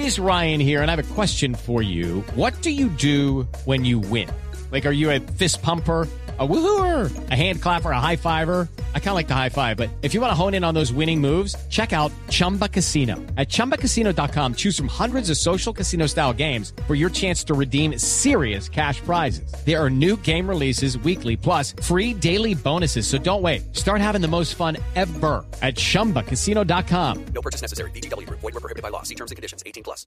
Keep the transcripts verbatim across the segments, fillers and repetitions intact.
It is Ryan here, and I have a question for you. What do you do when you win? Like, are you a fist pumper, a woohooer, a hand clapper, a high fiver? I kind of like the high five, but if you want to hone in on those winning moves, check out Chumba Casino. At chumba casino dot com, choose from hundreds of social casino style games for your chance to redeem serious cash prizes. There are new game releases weekly, plus free daily bonuses. So don't wait. Start having the most fun ever at chumba casino dot com. No purchase necessary. V G W Group. Void where prohibited by law. See terms and conditions. eighteen plus.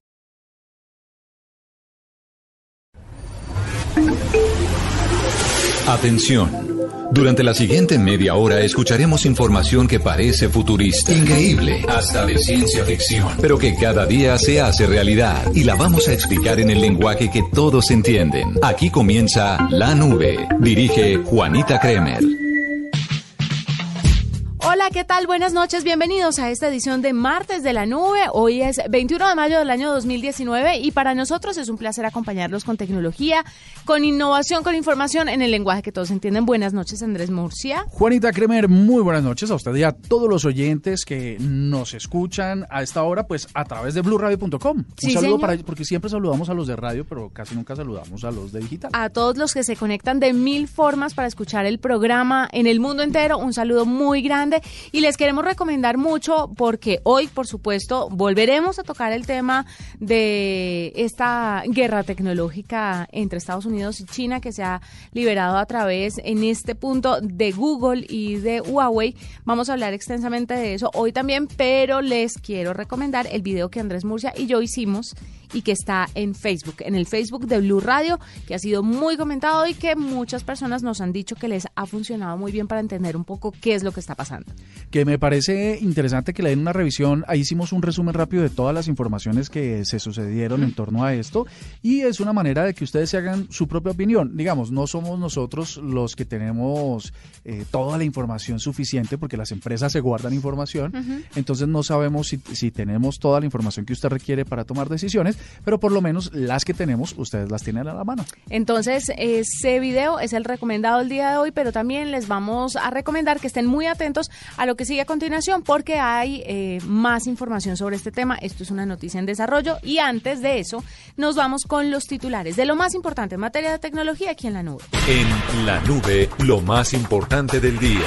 Atención. Durante la siguiente media hora escucharemos información que parece futurista, increíble, hasta de ciencia ficción, pero que cada día se hace realidad y la vamos a explicar en el lenguaje que todos entienden. Aquí comienza La Nube. Dirige Juanita Kremer. Hola, ¿qué tal? Buenas noches, bienvenidos a esta edición de Martes de la Nube. Hoy es veintiuno de mayo del año dos mil diecinueve y para nosotros es un placer acompañarlos con tecnología, con innovación, con información en el lenguaje que todos entienden. Buenas noches, Andrés Murcia. Juanita Kremer, muy buenas noches a usted y a todos los oyentes que nos escuchan a esta hora, pues a través de blue radio punto com. Un sí, saludo señor. para ellos, porque siempre saludamos a los de radio, pero casi nunca saludamos a los de digital. A todos los que se conectan de mil formas para escuchar el programa en el mundo entero, un saludo muy grande. Y les queremos recomendar mucho porque hoy, por supuesto, volveremos a tocar el tema de esta guerra tecnológica entre Estados Unidos y China que se ha liberado a través, en este punto, de Google y de Huawei. Vamos a hablar extensamente de eso hoy también, pero les quiero recomendar el video que Andrés Murcia y yo hicimos y que está en Facebook, en el Facebook de Blue Radio, que ha sido muy comentado y que muchas personas nos han dicho que les ha funcionado muy bien para entender un poco qué es lo que está pasando. Que me parece interesante que le den una revisión. Ahí hicimos un resumen rápido de todas las informaciones que se sucedieron en torno a esto y es una manera de que ustedes se hagan su propia opinión. Digamos, no somos nosotros los que tenemos eh, toda la información suficiente porque las empresas se guardan información, uh-huh. Entonces no sabemos si, si tenemos toda la información que usted requiere para tomar decisiones, pero por lo menos las que tenemos, ustedes las tienen a la mano. Entonces, ese video es el recomendado el día de hoy, pero también les vamos a recomendar que estén muy atentos a lo que sigue a continuación, porque hay eh, más información sobre este tema. Esto es una noticia en desarrollo y antes de eso, nos vamos con los titulares de lo más importante en materia de tecnología aquí en La Nube. En La Nube, lo más importante del día.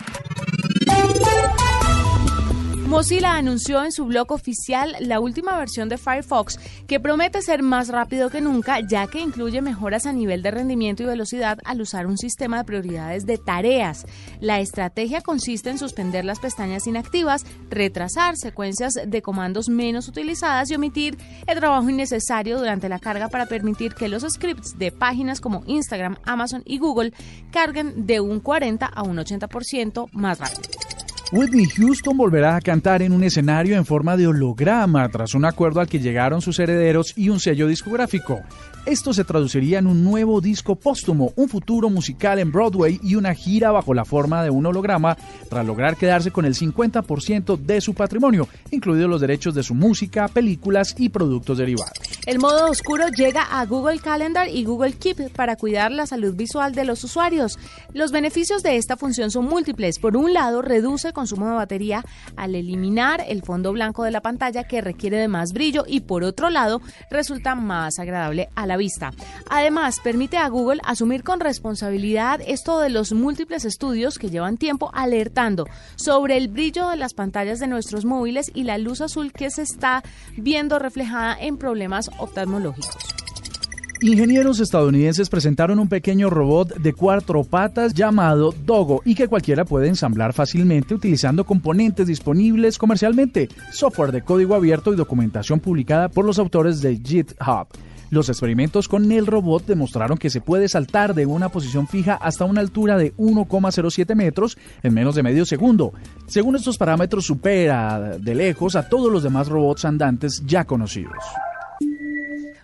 Mozilla anunció en su blog oficial la última versión de Firefox, que promete ser más rápido que nunca, ya que incluye mejoras a nivel de rendimiento y velocidad al usar un sistema de prioridades de tareas. La estrategia consiste en suspender las pestañas inactivas, retrasar secuencias de comandos menos utilizadas y omitir el trabajo innecesario durante la carga para permitir que los scripts de páginas como Instagram, Amazon y Google carguen de un cuarenta a un ochenta por ciento más rápido. Whitney Houston volverá a cantar en un escenario en forma de holograma tras un acuerdo al que llegaron sus herederos y un sello discográfico. Esto se traduciría en un nuevo disco póstumo, un futuro musical en Broadway y una gira bajo la forma de un holograma tras lograr quedarse con el cincuenta por ciento de su patrimonio, incluidos los derechos de su música, películas y productos derivados. El modo oscuro llega a Google Calendar y Google Keep para cuidar la salud visual de los usuarios. Los beneficios de esta función son múltiples. Por un lado, reduce el consumo de batería al eliminar el fondo blanco de la pantalla que requiere de más brillo y por otro lado, resulta más agradable a la vista. Además, permite a Google asumir con responsabilidad esto de los múltiples estudios que llevan tiempo alertando sobre el brillo de las pantallas de nuestros móviles y la luz azul que se está viendo reflejada en problemas oftalmológicos. Ingenieros estadounidenses presentaron un pequeño robot de cuatro patas llamado Dogo y que cualquiera puede ensamblar fácilmente utilizando componentes disponibles comercialmente, software de código abierto y documentación publicada por los autores de GitHub. Los experimentos con el robot demostraron que se puede saltar de una posición fija hasta una altura de uno coma cero siete metros en menos de medio segundo. Según estos parámetros, supera de lejos a todos los demás robots andantes ya conocidos.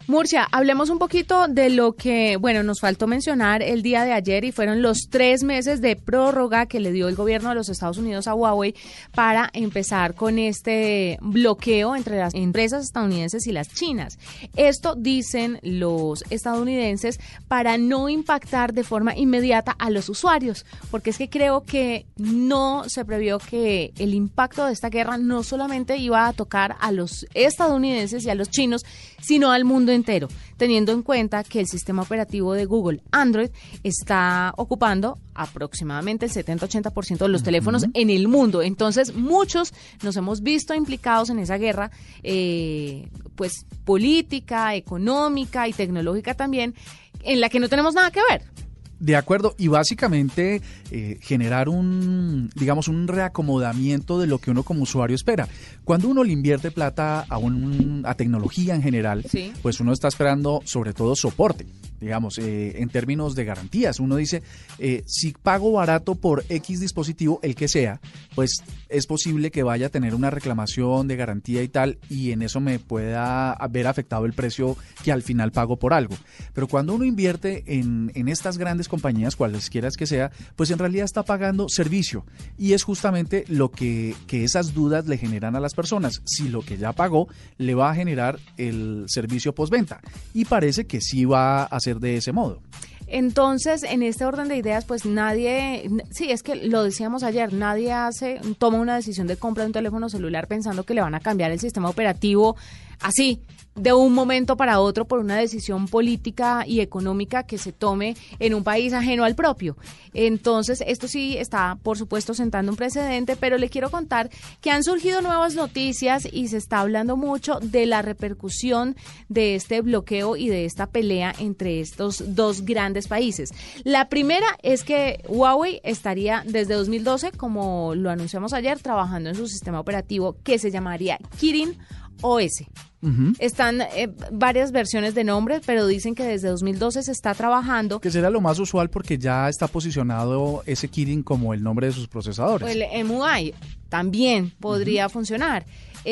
Murcia, hablemos un poquito de lo que, bueno, nos faltó mencionar el día de ayer y fueron los tres meses de prórroga que le dio el gobierno de los Estados Unidos a Huawei para empezar con este bloqueo entre las empresas estadounidenses y las chinas. Esto dicen los estadounidenses para no impactar de forma inmediata a los usuarios, porque es que creo que no se previó que el impacto de esta guerra no solamente iba a tocar a los estadounidenses y a los chinos, sino al mundo entero, teniendo en cuenta que el sistema operativo de Google, Android, está ocupando aproximadamente el setenta a ochenta por ciento de los teléfonos uh-huh. en el mundo. Entonces, muchos nos hemos visto implicados en esa guerra, eh, pues política, económica y tecnológica también, en la que no tenemos nada que ver. De acuerdo, y básicamente eh, generar un, digamos, un reacomodamiento de lo que uno como usuario espera. Cuando uno le invierte plata a, un, a tecnología en general, sí. pues uno está esperando sobre todo soporte, digamos, eh, en términos de garantías. Uno dice, eh, si pago barato por X dispositivo, el que sea, pues es posible que vaya a tener una reclamación de garantía y tal, y en eso me pueda haber afectado el precio que al final pago por algo. Pero cuando uno invierte en, en estas grandes compañías, cualesquiera que sea, pues en realidad está pagando servicio, y es justamente lo que, que esas dudas le generan a las personas, si lo que ya pagó le va a generar el servicio postventa, y parece que sí va a ser de ese modo. Entonces, en este orden de ideas, pues nadie, sí, es que lo decíamos ayer, nadie hace, toma una decisión de compra de un teléfono celular pensando que le van a cambiar el sistema operativo así, de un momento para otro por una decisión política y económica que se tome en un país ajeno al propio. Entonces, esto sí está, por supuesto, sentando un precedente, pero le quiero contar que han surgido nuevas noticias y se está hablando mucho de la repercusión de este bloqueo y de esta pelea entre estos dos grandes países. La primera es que Huawei estaría desde dos mil doce, como lo anunciamos ayer, trabajando en su sistema operativo que se llamaría Kirin O S. Uh-huh. Están eh, varias versiones de nombre, pero dicen que desde dos mil doce se está trabajando. Que será lo más usual porque ya está posicionado ese Kirin como el nombre de sus procesadores. El M U I también podría uh-huh. funcionar.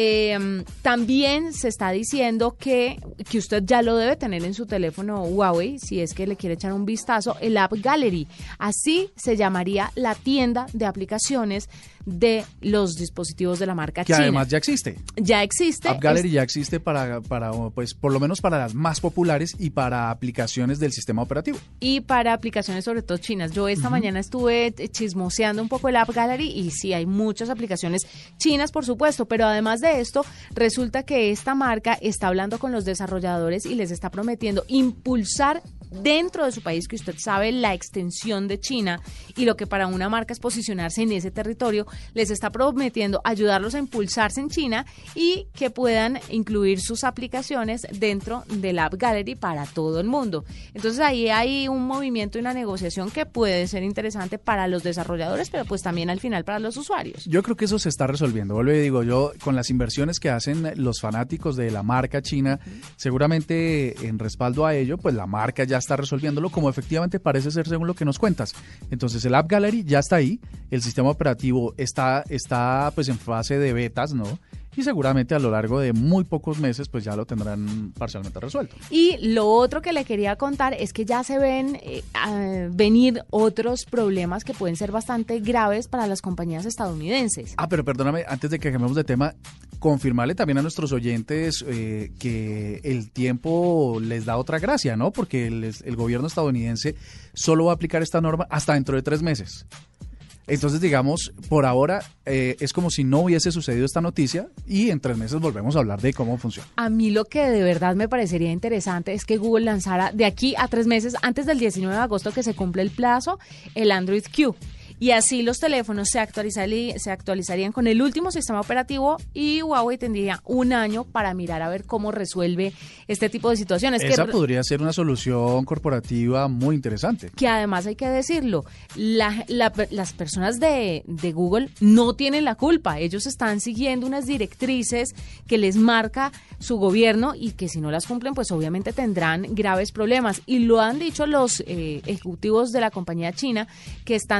Eh, también se está diciendo que, que usted ya lo debe tener en su teléfono Huawei, si es que le quiere echar un vistazo, el App Gallery. Así se llamaría la tienda de aplicaciones de los dispositivos de la marca que china. Que además ya existe. Ya existe. App Gallery es, ya existe para, para, pues, por lo menos para las más populares y para aplicaciones del sistema operativo. Y para aplicaciones sobre todo chinas. Yo esta uh-huh. mañana estuve chismoseando un poco el App Gallery y sí, hay muchas aplicaciones chinas, por supuesto, pero además de esto, resulta que esta marca está hablando con los desarrolladores y les está prometiendo impulsar dentro de su país, que usted sabe la extensión de China y lo que para una marca es posicionarse en ese territorio, les está prometiendo ayudarlos a impulsarse en China y que puedan incluir sus aplicaciones dentro del App Gallery para todo el mundo. Entonces ahí hay un movimiento y una negociación que puede ser interesante para los desarrolladores, pero pues también al final para los usuarios. Yo creo que eso se está resolviendo. Vuelvo y digo, yo con las inversiones que hacen los fanáticos de la marca china, seguramente en respaldo a ello, pues la marca ya está resolviéndolo, como efectivamente parece ser según lo que nos cuentas. Entonces el App Gallery ya está ahí, el sistema operativo está, está pues en fase de betas, ¿no? Y seguramente a lo largo de muy pocos meses pues ya lo tendrán parcialmente resuelto. Y lo otro que le quería contar es que ya se ven eh, a venir otros problemas que pueden ser bastante graves para las compañías estadounidenses. Ah, pero perdóname, antes de que cambiemos de tema, confirmarle también a nuestros oyentes eh, que el tiempo les da otra gracia, ¿no? Porque el, el gobierno estadounidense solo va a aplicar esta norma hasta dentro de tres meses. Entonces, digamos, por ahora eh, es como si no hubiese sucedido esta noticia y en tres meses volvemos a hablar de cómo funciona. A mí lo que de verdad me parecería interesante es que Google lanzara de aquí a tres meses, antes del diecinueve de agosto que se cumple el plazo, el Android Q. Y así los teléfonos se, actualizarían, se actualizarían con el último sistema operativo y Huawei tendría un año para mirar a ver cómo resuelve este tipo de situaciones. Esa que, podría ser una solución corporativa muy interesante. Que además hay que decirlo, la, la, las personas de, de Google no tienen la culpa. Ellos están siguiendo unas directrices que les marca su gobierno y que si no las cumplen, pues obviamente tendrán graves problemas. Y lo han dicho los eh, ejecutivos de la compañía china que están trabajando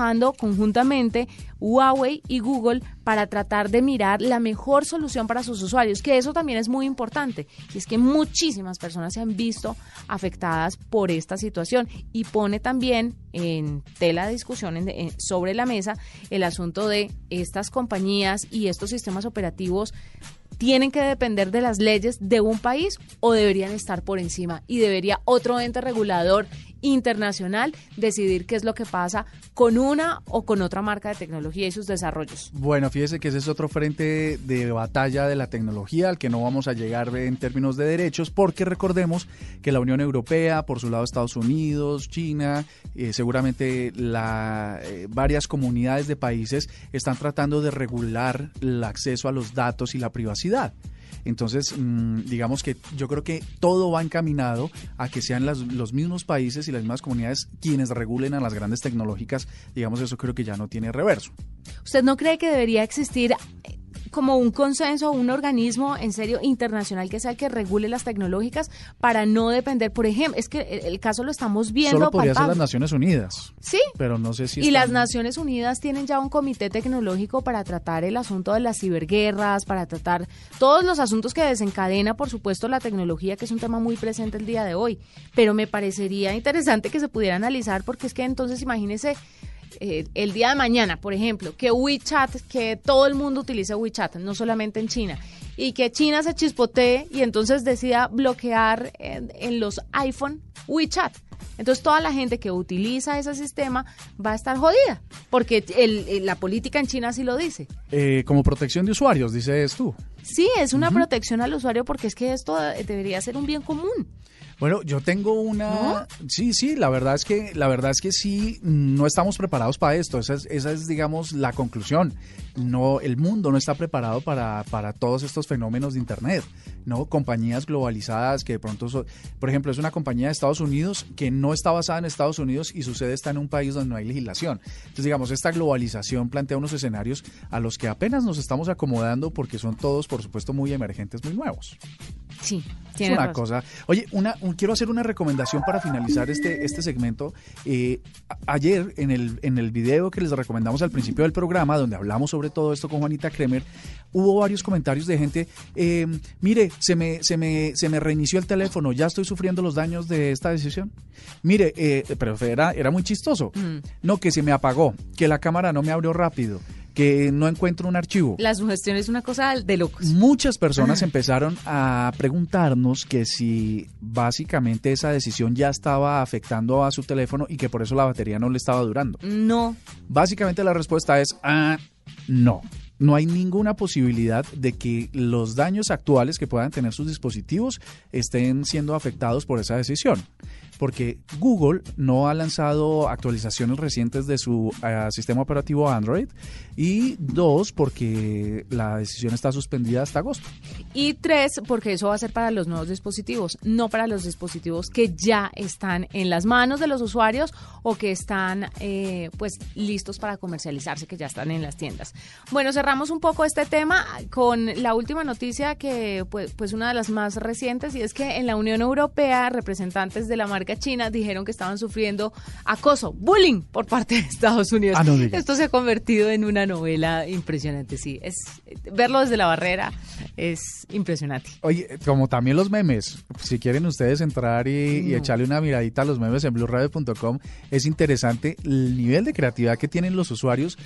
trabajando conjuntamente Huawei y Google para tratar de mirar la mejor solución para sus usuarios, que eso también es muy importante, y es que muchísimas personas se han visto afectadas por esta situación, y pone también en tela de discusión en, en, sobre la mesa el asunto de estas compañías y estos sistemas operativos tienen que depender de las leyes de un país o deberían estar por encima, y debería otro ente regulador internacional decidir qué es lo que pasa con una o con otra marca de tecnología y sus desarrollos. Bueno, fíjese que ese es otro frente de batalla de la tecnología al que no vamos a llegar en términos de derechos, porque recordemos que la Unión Europea, por su lado Estados Unidos, China, eh, seguramente la, eh, varias comunidades de países están tratando de regular el acceso a los datos y la privacidad. Entonces, mmm, digamos que yo creo que todo va encaminado a que sean las, los mismos países y las mismas comunidades quienes regulen a las grandes tecnológicas. Digamos, eso creo que ya no tiene reverso. ¿Usted no cree que debería existir como un consenso, un organismo en serio internacional que sea el que regule las tecnológicas para no depender? Por ejemplo, es que el caso lo estamos viendo. Solo podría palpable. ser las Naciones Unidas. Sí. Pero no sé si. Y están... las Naciones Unidas tienen ya un comité tecnológico para tratar el asunto de las ciberguerras, para tratar todos los asuntos que desencadena, por supuesto, la tecnología, que es un tema muy presente el día de hoy. Pero me parecería interesante que se pudiera analizar, porque es que entonces imagínese. Eh, el día de mañana, por ejemplo, que WeChat, que todo el mundo utilice WeChat, no solamente en China, y que China se chispotee y entonces decida bloquear en, en los iPhone WeChat. Entonces toda la gente que utiliza ese sistema va a estar jodida, porque el, el, la política en China así lo dice. Eh, como protección de usuarios, dices tú. Sí, es una uh-huh. protección al usuario, porque es que esto debería ser un bien común. Bueno, yo tengo una... ¿No? Sí, sí, la verdad es que la verdad es que sí, no estamos preparados para esto. Esa es, esa es digamos, la conclusión. No, el mundo no está preparado para, para todos estos fenómenos de Internet, ¿no? Compañías globalizadas que de pronto... So, por ejemplo, es una compañía de Estados Unidos que no está basada en Estados Unidos y su sede está en un país donde no hay legislación. Entonces, digamos, esta globalización plantea unos escenarios a los que apenas nos estamos acomodando, porque son todos, por supuesto, muy emergentes, muy nuevos. Sí, es una razón. cosa. Oye, una, un, quiero hacer una recomendación para finalizar este, este segmento. Eh, a, ayer, en el, en el video que les recomendamos al principio del programa, donde hablamos sobre todo esto con Juanita Kremer, hubo varios comentarios de gente, eh, mire, se me, se, me, se me reinició el teléfono, ya estoy sufriendo los daños de esta decisión. Mire, eh, pero era, era muy chistoso. Mm. No, que se me apagó, que la cámara no me abrió rápido, que no encuentro un archivo. La sugestión es una cosa de locos. Muchas personas empezaron a preguntarnos que si básicamente esa decisión ya estaba afectando a su teléfono y que por eso la batería no le estaba durando. No. Básicamente la respuesta es ah, no. No hay ninguna posibilidad de que los daños actuales que puedan tener sus dispositivos estén siendo afectados por esa decisión, porque Google no ha lanzado actualizaciones recientes de su uh, sistema operativo Android, y dos, porque la decisión está suspendida hasta agosto. Y tres, porque eso va a ser para los nuevos dispositivos, no para los dispositivos que ya están en las manos de los usuarios o que están eh, pues listos para comercializarse, que ya están en las tiendas. Bueno, cerramos un poco este tema con la última noticia, que pues, pues una de las más recientes, y es que en la Unión Europea representantes de la marca China dijeron que estaban sufriendo acoso, bullying por parte de Estados Unidos. Ah, no digas. Esto se ha convertido en una novela impresionante, sí. Es verlo desde la barrera es impresionante. Oye, como también los memes, si quieren ustedes entrar y, no. y echarle una miradita a los memes en blue radio punto com, es interesante el nivel de creatividad que tienen los usuarios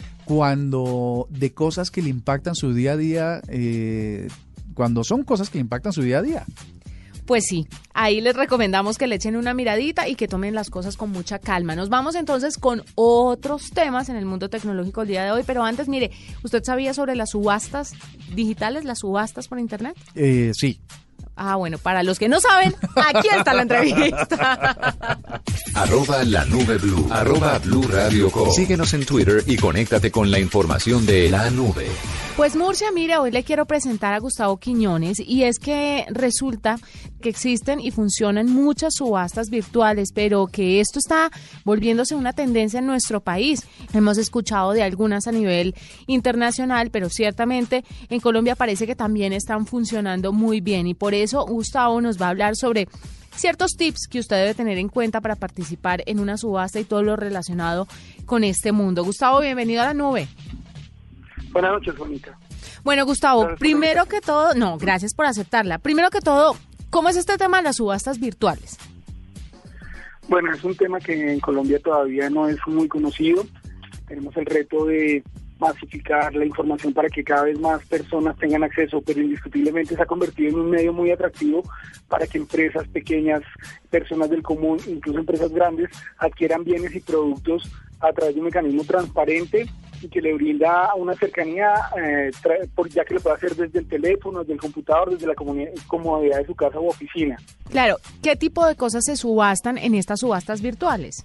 cuando de cosas que le impactan su día a día, eh, cuando son cosas que le impactan su día a día. Pues sí, ahí les recomendamos que le echen una miradita y que tomen las cosas con mucha calma. Nos vamos entonces con otros temas en el mundo tecnológico el día de hoy, pero antes, mire, ¿usted sabía sobre las subastas digitales, las subastas por internet? Eh, sí. Ah, bueno, para los que no saben, aquí está la entrevista. Arroba la nube blue, arroba blue radio com. Síguenos en Twitter y conéctate con la información de la nube. Pues Murcia, mire, hoy le quiero presentar a Gustavo Quiñones, y es que resulta que existen y funcionan muchas subastas virtuales, pero que esto está volviéndose una tendencia en nuestro país. Hemos escuchado de algunas a nivel internacional, pero ciertamente en Colombia parece que también están funcionando muy bien, y por eso Gustavo nos va a hablar sobre ciertos tips que usted debe tener en cuenta para participar en una subasta y todo lo relacionado con este mundo. Gustavo, bienvenido a la nube. Buenas noches, Juanita. Bueno, Gustavo, primero que todo, no, gracias por aceptarla. Primero que todo, ¿cómo es este tema de las subastas virtuales? Bueno, es un tema que en Colombia todavía no es muy conocido. Tenemos el reto de masificar la información para que cada vez más personas tengan acceso, pero indiscutiblemente se ha convertido en un medio muy atractivo para que empresas pequeñas, personas del común, incluso empresas grandes, adquieran bienes y productos a través de un mecanismo transparente y que le brinda una cercanía, eh, tra- por, ya que lo puede hacer desde el teléfono, desde el computador, desde la comunidad, comodidad de su casa u oficina. Claro, ¿qué tipo de cosas se subastan en estas subastas virtuales?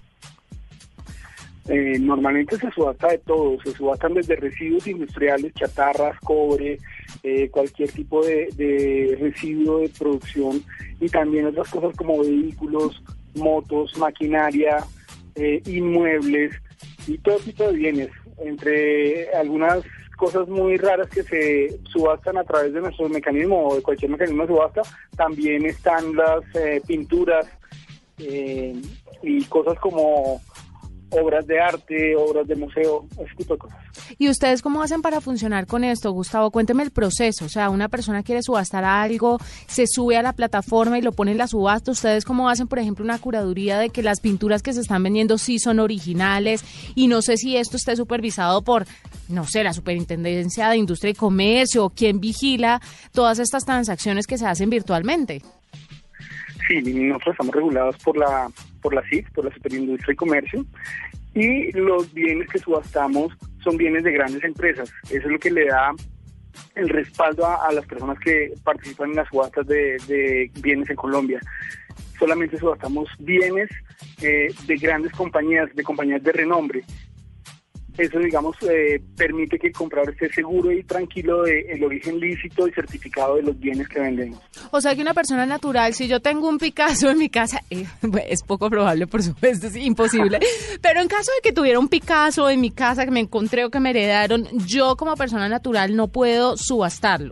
Eh, normalmente se subasta de todo, se subastan desde residuos industriales, chatarras, cobre, eh, cualquier tipo de, de residuo de producción y también otras cosas como vehículos, motos, maquinaria, eh, inmuebles y todo tipo de bienes, entre algunas cosas muy raras que se subastan a través de nuestro mecanismo o de cualquier mecanismo de subasta. También están las eh, pinturas eh, y cosas como obras de arte, obras de museo, ese tipo de cosas. ¿Y ustedes cómo hacen para funcionar con esto, Gustavo? Cuénteme el proceso. O sea, una persona quiere subastar algo, se sube a la plataforma y lo pone en la subasta. ¿Ustedes cómo hacen, por ejemplo, una curaduría de que las pinturas que se están vendiendo sí son originales? Y no sé si esto esté supervisado por, no sé, la Superintendencia de Industria y Comercio, o quién vigila todas estas transacciones que se hacen virtualmente. Sí, nosotros estamos regulados por la por la C I F, por la Superindustria y Comercio, y los bienes que subastamos son bienes de grandes empresas. Eso es lo que le da el respaldo a, a las personas que participan en las subastas de, de bienes en Colombia. Solamente subastamos bienes eh, de grandes compañías, de compañías de renombre. Eso, digamos, eh, permite que el comprador esté seguro y tranquilo del origen lícito y certificado de los bienes que vendemos. O sea que una persona natural, si yo tengo un Picasso en mi casa, eh, es poco probable, por supuesto, es imposible, pero en caso de que tuviera un Picasso en mi casa que me encontré o que me heredaron, yo como persona natural no puedo subastarlo.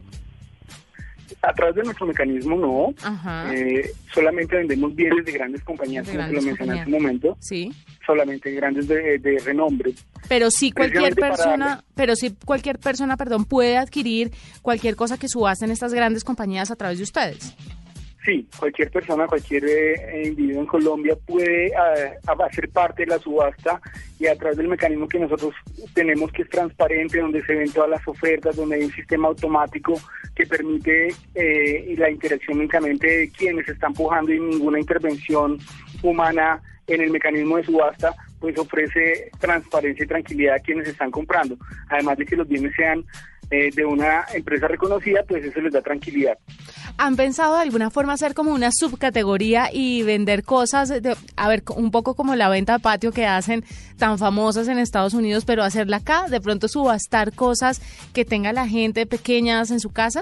A través de nuestro mecanismo no, Ajá. Eh, solamente vendemos bienes de grandes compañías, De como grandes te lo mencioné compañías. hace un momento, Sí. solamente grandes de, de renombre. Pero sí cualquier Precisamente para persona, darle- pero sí cualquier persona, perdón, puede adquirir cualquier cosa que subasten estas grandes compañías a través de ustedes. Sí, cualquier persona, cualquier eh, individuo en Colombia puede eh, hacer parte de la subasta y a través del mecanismo que nosotros tenemos, que es transparente, donde se ven todas las ofertas, donde hay un sistema automático que permite eh, la interacción únicamente de quienes están pujando y ninguna intervención humana en el mecanismo de subasta, pues ofrece transparencia y tranquilidad a quienes están comprando. Además de que los bienes sean eh, de una empresa reconocida, pues eso les da tranquilidad. ¿Han pensado de alguna forma hacer como una subcategoría y vender cosas, de, a ver, un poco como la venta a patio que hacen tan famosas en Estados Unidos, pero hacerla acá, de pronto subastar cosas que tenga la gente pequeñas en su casa?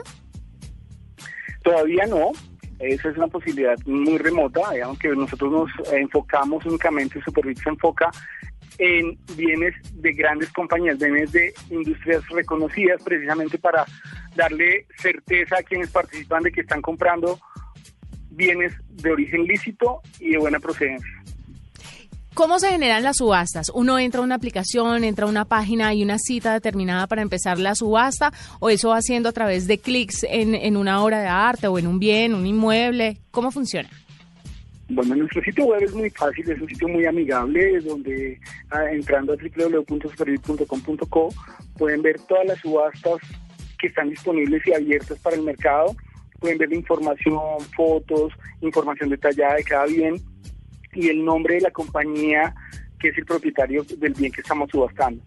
Todavía no, eso es una posibilidad muy remota, aunque nosotros nos enfocamos únicamente, Superbit se enfoca en bienes de grandes compañías, bienes de industrias reconocidas, precisamente para darle certeza a quienes participan de que están comprando bienes de origen lícito y de buena procedencia. ¿Cómo se generan las subastas? ¿Uno entra a una aplicación, entra a una página y una cita determinada para empezar la subasta? ¿O eso va haciendo a través de clics en, en una obra de arte o en un bien, un inmueble? ¿Cómo funciona? Bueno, nuestro sitio web es muy fácil, es un sitio muy amigable, donde ah, entrando a doble u doble u doble u punto superbit punto com punto co pueden ver todas las subastas que están disponibles y abiertas para el mercado. Pueden ver la información, fotos, información detallada de cada bien y el nombre de la compañía que es el propietario del bien que estamos subastando.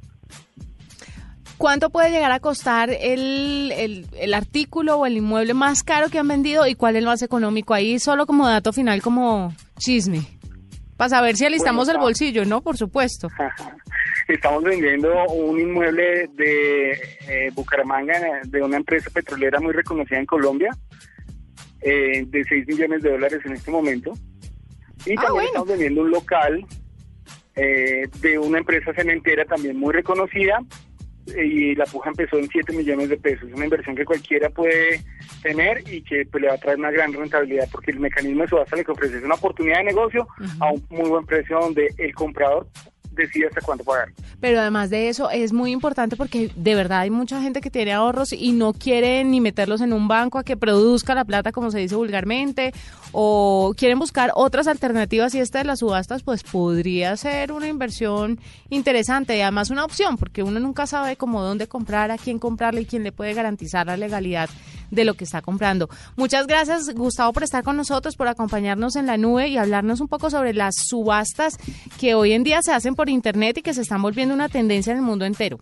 ¿Cuánto puede llegar a costar el, el, el artículo o el inmueble más caro que han vendido y cuál es el más económico? Ahí solo como dato final, como chisme, para saber si alistamos Bueno, el bolsillo, ¿no? Por supuesto. Estamos vendiendo un inmueble de eh, Bucaramanga, de una empresa petrolera muy reconocida en Colombia, eh, de seis millones de dólares en este momento. Y Ah, también bueno. estamos vendiendo un local eh, de una empresa cementera también muy reconocida, y la puja empezó en siete millones de pesos. Es una inversión que cualquiera puede tener y que pues, le va a traer una gran rentabilidad, porque el mecanismo de subasta lo que ofrece es una oportunidad de negocio uh-huh. a un muy buen precio donde el comprador decide hasta cuánto pagar. Pero además de eso es muy importante porque de verdad hay mucha gente que tiene ahorros y no quiere ni meterlos en un banco a que produzca la plata, como se dice vulgarmente, o quieren buscar otras alternativas, y esta de las subastas pues podría ser una inversión interesante y además una opción, porque uno nunca sabe cómo dónde comprar, a quién comprarle y quién le puede garantizar la legalidad de lo que está comprando. Muchas gracias, Gustavo, por estar con nosotros, por acompañarnos en la nube y hablarnos un poco sobre las subastas que hoy en día se hacen por internet y que se están volviendo una tendencia en el mundo entero.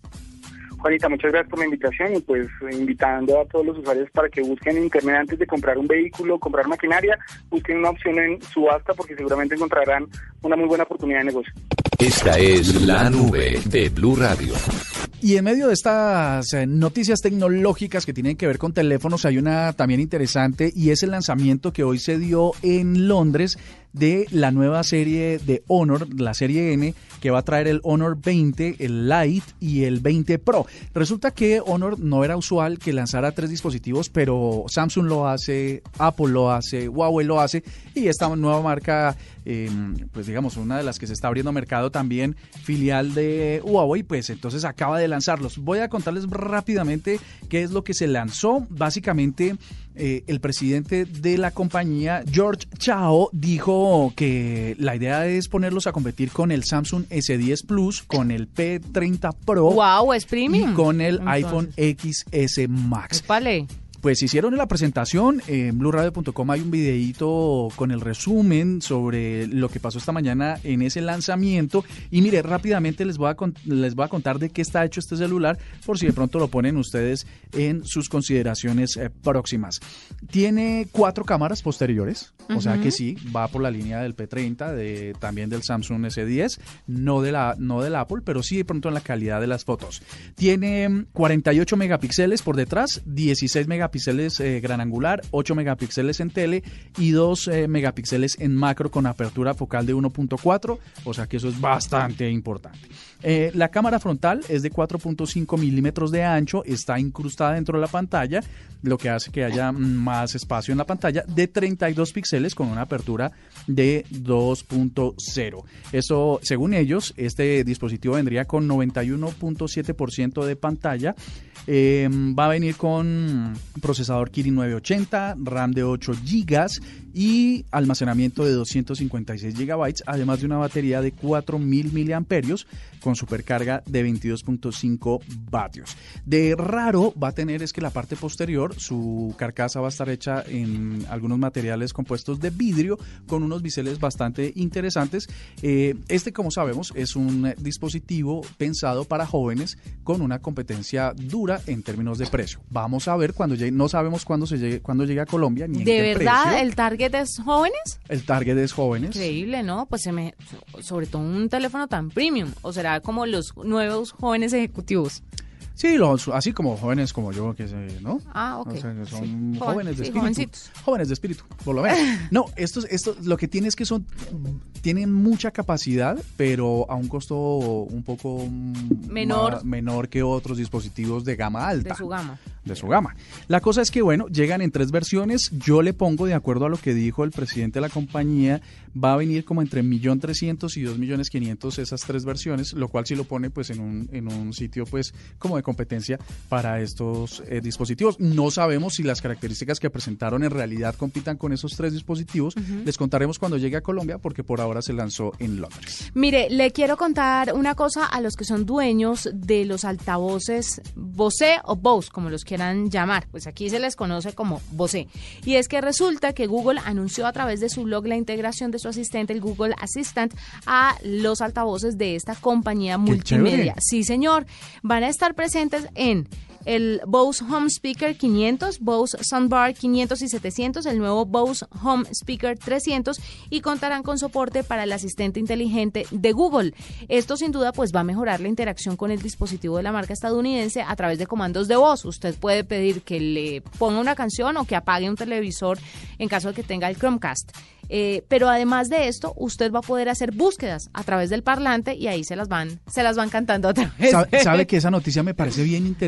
Juanita, muchas gracias por la invitación y pues invitando a todos los usuarios para que busquen en internet antes de comprar un vehículo, comprar maquinaria, busquen una opción en subasta porque seguramente encontrarán una muy buena oportunidad de negocio. Esta es la nube de Blue Radio. Y en medio de estas eh, noticias tecnológicas que tienen que ver con teléfonos, hay una también interesante y es el lanzamiento que hoy se dio en Londres de la nueva serie de Honor, la serie N, que va a traer el Honor veinte, el Lite y el veinte Pro. Resulta que Honor no era usual que lanzara tres dispositivos, pero Samsung lo hace, Apple lo hace, Huawei lo hace, y esta nueva marca, eh, pues digamos, una de las que se está abriendo mercado también, filial de Huawei, pues entonces acaba de lanzarlos. Voy a contarles rápidamente qué es lo que se lanzó. Básicamente, eh, el presidente de la compañía, George Chao, dijo que la idea es ponerlos a competir con el Samsung ese diez Plus, con el P treinta Pro, wow, es premium, y con el entonces iPhone X S Max. Vale. Pues hicieron la presentación, en blue radio punto com hay un videíto con el resumen sobre lo que pasó esta mañana en ese lanzamiento, y mire, rápidamente les voy a con, les voy a contar de qué está hecho este celular, por si de pronto lo ponen ustedes en sus consideraciones eh, próximas. Tiene cuatro cámaras posteriores, uh-huh. o sea que sí, va por la línea del P treinta, de, también del Samsung ese diez, no de la no del Apple, pero sí de pronto en la calidad de las fotos. Tiene cuarenta y ocho megapíxeles por detrás, dieciséis megapíxeles megapíxeles eh, gran angular, ocho megapíxeles en tele y dos eh, megapíxeles en macro con apertura focal de uno punto cuatro, o sea que eso es bastante importante. Eh, la cámara frontal es de cuatro punto cinco milímetros de ancho, está incrustada dentro de la pantalla, lo que hace que haya más espacio en la pantalla, de treinta y dos píxeles con una apertura de dos punto cero. Eso, según ellos, este dispositivo vendría con noventa y uno punto siete por ciento de pantalla. Eh, va a venir con procesador Kirin nueve ochenta, RAM de ocho gigas y almacenamiento de doscientos cincuenta y seis gigabytes, además de una batería de cuatro mil miliamperios con supercarga de veintidós punto cinco vatios. De raro va a tener es que la parte posterior, su carcasa va a estar hecha en algunos materiales compuestos de vidrio con unos biseles bastante interesantes. Eh, este, como sabemos, es un dispositivo pensado para jóvenes con una competencia dura en términos de precio. Vamos a ver cuando llegue, no sabemos cuándo se llegue, cuándo llegue a Colombia ni en ¿De qué verdad precio. el target es jóvenes? El target es jóvenes. Increíble, ¿no? Pues se me, sobre todo un teléfono tan premium, o será como los nuevos jóvenes ejecutivos. Sí, los, así como jóvenes como yo, que sé, ¿no? Ah, ok. O sea, que son sí. jóvenes de sí, espíritu. Jovencitos. Jóvenes de espíritu, por lo menos. No, estos, estos, lo que tiene es que son, tienen mucha capacidad, pero a un costo un poco menor, ma, menor que otros dispositivos de gama alta. De su gama. De su gama. La cosa es que, bueno, llegan en tres versiones. Yo le pongo, de acuerdo a lo que dijo el presidente de la compañía, va a venir como entre un millón trescientos y dos millones quinientos esas tres versiones, lo cual sí lo pone pues en un, en un sitio pues como de competencia para estos eh, dispositivos. No sabemos si las características que presentaron en realidad compitan con esos tres dispositivos. Uh-huh. Les contaremos cuando llegue a Colombia, porque por ahora se lanzó en Londres. Mire, le quiero contar una cosa a los que son dueños de los altavoces Bose o Bose, como los quieran llamar. Pues aquí se les conoce como Bose. Y es que resulta que Google anunció a través de su blog la integración de su asistente, el Google Assistant, a los altavoces de esta compañía multimedia. Sí, señor. Van a estar presentes en el Bose Home Speaker quinientos, Bose Soundbar quinientos y setecientos, el nuevo Bose Home Speaker trescientos, y contarán con soporte para el asistente inteligente de Google. Esto sin duda pues va a mejorar la interacción con el dispositivo de la marca estadounidense a través de comandos de voz. Usted puede pedir que le ponga una canción o que apague un televisor en caso de que tenga el Chromecast. Eh, pero además de esto, usted va a poder hacer búsquedas a través del parlante y ahí se las van, se las van cantando a través. ¿Sabe, sabe que esa noticia me parece bien interesante, bien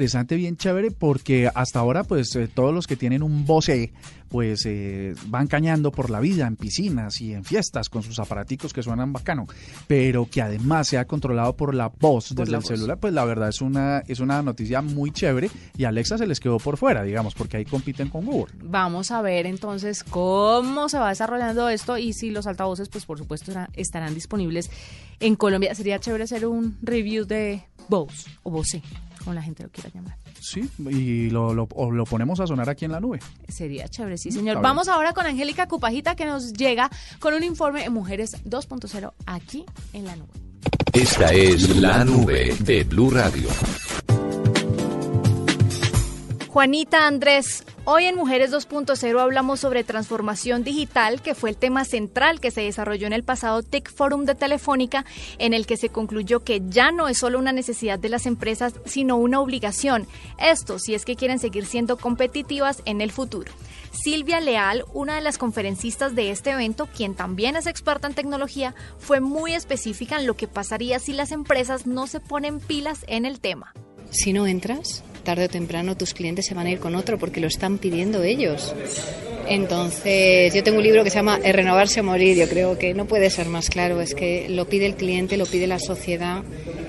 bien chévere porque hasta ahora pues eh, todos los que tienen un Bose pues eh, van cañando por la vida en piscinas y en fiestas con sus aparaticos que suenan bacano, pero que además sea controlado por la voz Por desde la el voz. celular, pues la verdad es una es una noticia muy chévere y Alexa se les quedó por fuera, digamos, porque ahí compiten con Google. Vamos a ver entonces cómo se va desarrollando esto y si los altavoces, pues por supuesto estarán- estarán disponibles en Colombia. Sería chévere hacer un review de Bose o Bose, como la gente lo quiera llamar. Sí, y lo, lo, o lo ponemos a sonar aquí en la nube. Sería chévere, sí Mm, señor. a ver. Vamos ahora con Angélica Cupajita que nos llega con un informe en Mujeres dos punto cero aquí en la nube. Esta es La Nube de Blue Radio. Juanita, Andrés, hoy en Mujeres dos punto cero hablamos sobre transformación digital, que fue el tema central que se desarrolló en el pasado Tech Forum de Telefónica, en el que se concluyó que ya no es solo una necesidad de las empresas, sino una obligación. Esto si es que quieren seguir siendo competitivas en el futuro. Silvia Leal, una de las conferencistas de este evento, quien también es experta en tecnología, fue muy específica en lo que pasaría si las empresas no se ponen pilas en el tema. Si no entras, tarde o temprano tus clientes se van a ir con otro porque lo están pidiendo ellos. Entonces, yo tengo un libro que se llama El renovarse o morir. Yo creo que no puede ser más claro. Es que lo pide el cliente, lo pide la sociedad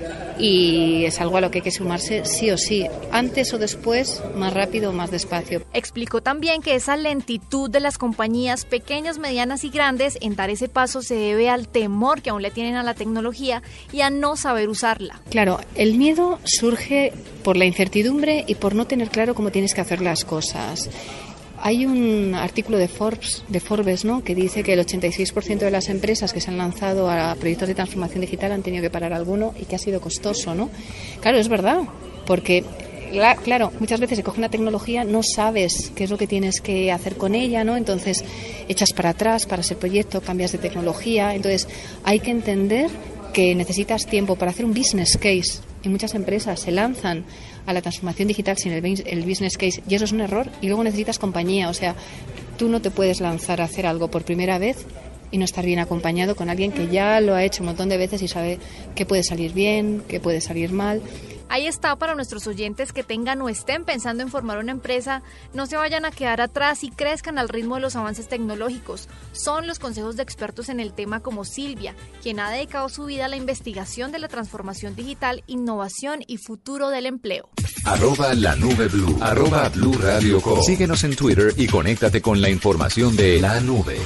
y es algo a lo que hay que sumarse sí o sí, antes o después, más rápido o más despacio. Explicó también que esa lentitud de las compañías pequeñas, medianas y grandes en dar ese paso se debe al temor que aún le tienen a la tecnología y a no saber usarla. Claro, el miedo surge por la incertidumbre y por no tener claro cómo tienes que hacer las cosas. Hay un artículo de Forbes, de Forbes, ¿no?, que dice que el ochenta y seis por ciento de las empresas que se han lanzado a proyectos de transformación digital han tenido que parar alguno y que ha sido costoso, ¿no? Claro, es verdad, porque la- claro, muchas veces se coge una tecnología, no sabes qué es lo que tienes que hacer con ella, ¿no? Entonces echas para atrás para ese proyecto, cambias de tecnología, entonces hay que entender que necesitas tiempo para hacer un business case. Y muchas empresas se lanzan a la transformación digital sin el, bus- el business case y eso es un error. Y luego necesitas compañía, o sea, tú no te puedes lanzar a hacer algo por primera vez y no estar bien acompañado con alguien que ya lo ha hecho un montón de veces y sabe qué puede salir bien, qué puede salir mal. Ahí está para nuestros oyentes que tengan o estén pensando en formar una empresa, no se vayan a quedar atrás y crezcan al ritmo de los avances tecnológicos. Son los consejos de expertos en el tema como Silvia, quien ha dedicado su vida a la investigación de la transformación digital, innovación y futuro del empleo. Arroba la nube blue. Arroba Blue Radio Co. Síguenos en Twitter y conéctate con la información de La Nube.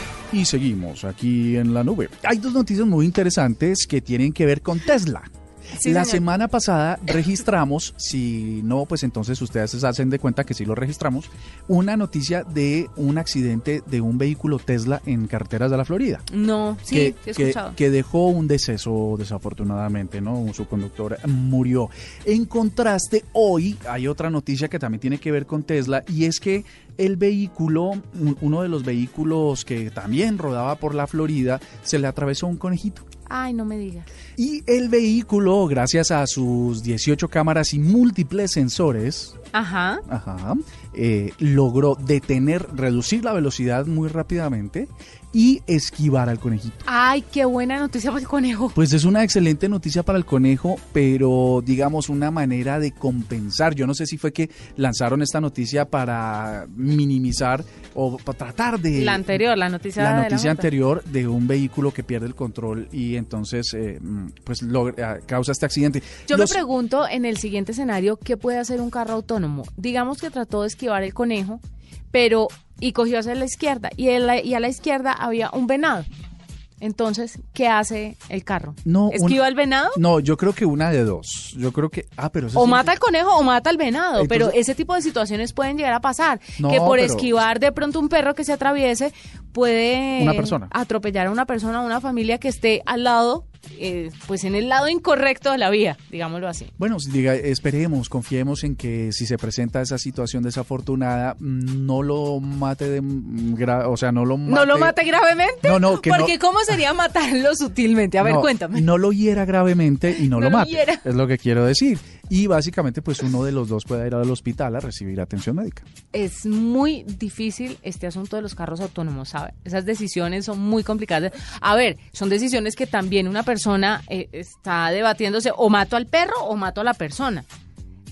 Y seguimos aquí en la nube. Hay dos noticias muy interesantes que tienen que ver con Tesla. Sí, la señor. semana pasada registramos, si no, pues entonces ustedes se hacen de cuenta que sí lo registramos, una noticia de un accidente de un vehículo Tesla en carreteras de la Florida. No, sí, que, sí he que, escuchado. que dejó un deceso desafortunadamente, ¿no? Su conductor murió. En contraste, hoy hay otra noticia que también tiene que ver con Tesla y es que el vehículo, un- uno de los vehículos que también rodaba por la Florida, se le atravesó un conejito. Ay, no me digas. Y el vehículo, gracias a sus dieciocho cámaras y múltiples sensores, Ajá. ajá, eh, logró detener, reducir la velocidad muy rápidamente y esquivar al conejito. Ay, qué buena noticia para el conejo. Pues es una excelente noticia para el conejo, pero digamos una manera de compensar. Yo no sé si fue que lanzaron esta noticia para minimizar o para tratar de... La anterior, la noticia la de la noticia Junta. anterior de un vehículo que pierde el control y entonces eh, mm, pues logra, causa este accidente. Yo Los- me pregunto en el siguiente escenario, ¿qué puede hacer un carro autónomo? Digamos que trató de esquivar el conejo, pero y cogió hacia la izquierda y, en la- y a la izquierda había un venado. Entonces, ¿qué hace el carro? No, un- ¿Esquiva el venado? No, yo creo que una de dos. Yo creo que... Ah, pero eso O sí- mata al conejo o mata al venado, Entonces- pero ese tipo de situaciones pueden llegar a pasar. No, que por pero- esquivar de pronto un perro que se atraviese puede Una persona. atropellar a una persona, a una familia que esté al lado, eh, pues en el lado incorrecto de la vía, digámoslo así. Bueno, diga, esperemos, confiemos en que si se presenta esa situación desafortunada, mm, no lo mate de... mm, gra- o sea, no lo mate... ¿No lo mate gravemente? No, no, que no- Porque ¿cómo sería matarlo sutilmente? A ver, no, cuéntame. No lo hiera gravemente y no, No lo lo mate. hiera. Es lo que quiero decir. Y básicamente, pues uno de los dos puede ir al hospital a recibir atención médica. Es muy difícil este asunto de los carros autónomos, ¿sabe? Esas decisiones son muy complicadas. A ver, son decisiones que también una persona eh, está debatiéndose, o mato al perro o mato a la persona.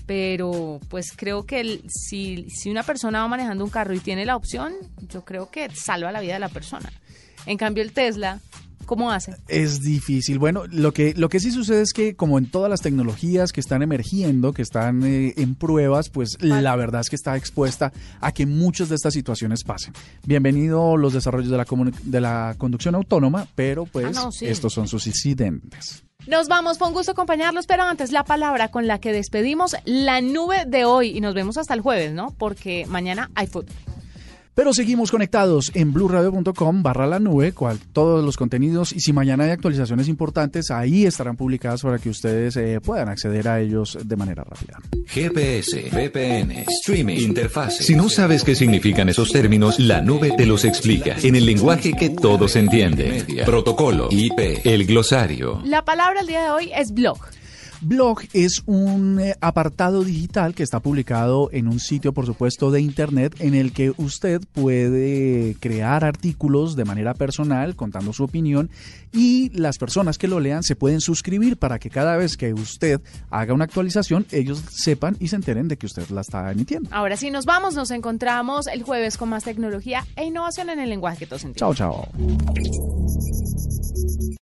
pero pues creo que el, si, si una persona va manejando un carro y tiene la opción, yo creo que salva la vida de la persona. En cambio el Tesla, ¿cómo hace? Es difícil. Bueno, lo que lo que sí sucede es que como en todas las tecnologías que están emergiendo, que están eh, en pruebas, pues vale. La verdad es que está expuesta a que muchas de estas situaciones pasen. Bienvenido los desarrollos de la, de la conducción autónoma, pero pues ah, no, sí. estos son sus incidentes. Nos vamos, fue un gusto acompañarlos, pero antes la palabra con la que despedimos la nube de hoy y nos vemos hasta el jueves, ¿no? Porque mañana hay fútbol. Pero seguimos conectados en blue radio punto com barra la nube, cual todos los contenidos, y si mañana hay actualizaciones importantes, ahí estarán publicadas para que ustedes eh, puedan acceder a ellos de manera rápida. G P S, V P N, streaming, interfaz. Si no sabes qué significan esos términos, la nube te los explica en el lenguaje que todos entienden. Protocolo, I P, el glosario. La palabra el día de hoy es blog. Blog es un eh, apartado digital que está publicado en un sitio, por supuesto, de internet en el que usted puede crear artículos de manera personal contando su opinión y las personas que lo lean se pueden suscribir para que cada vez que usted haga una actualización ellos sepan y se enteren de que usted la está emitiendo. Ahora sí nos vamos, nos encontramos el jueves con más tecnología e innovación en el lenguaje que todos entienden. Chao, chao.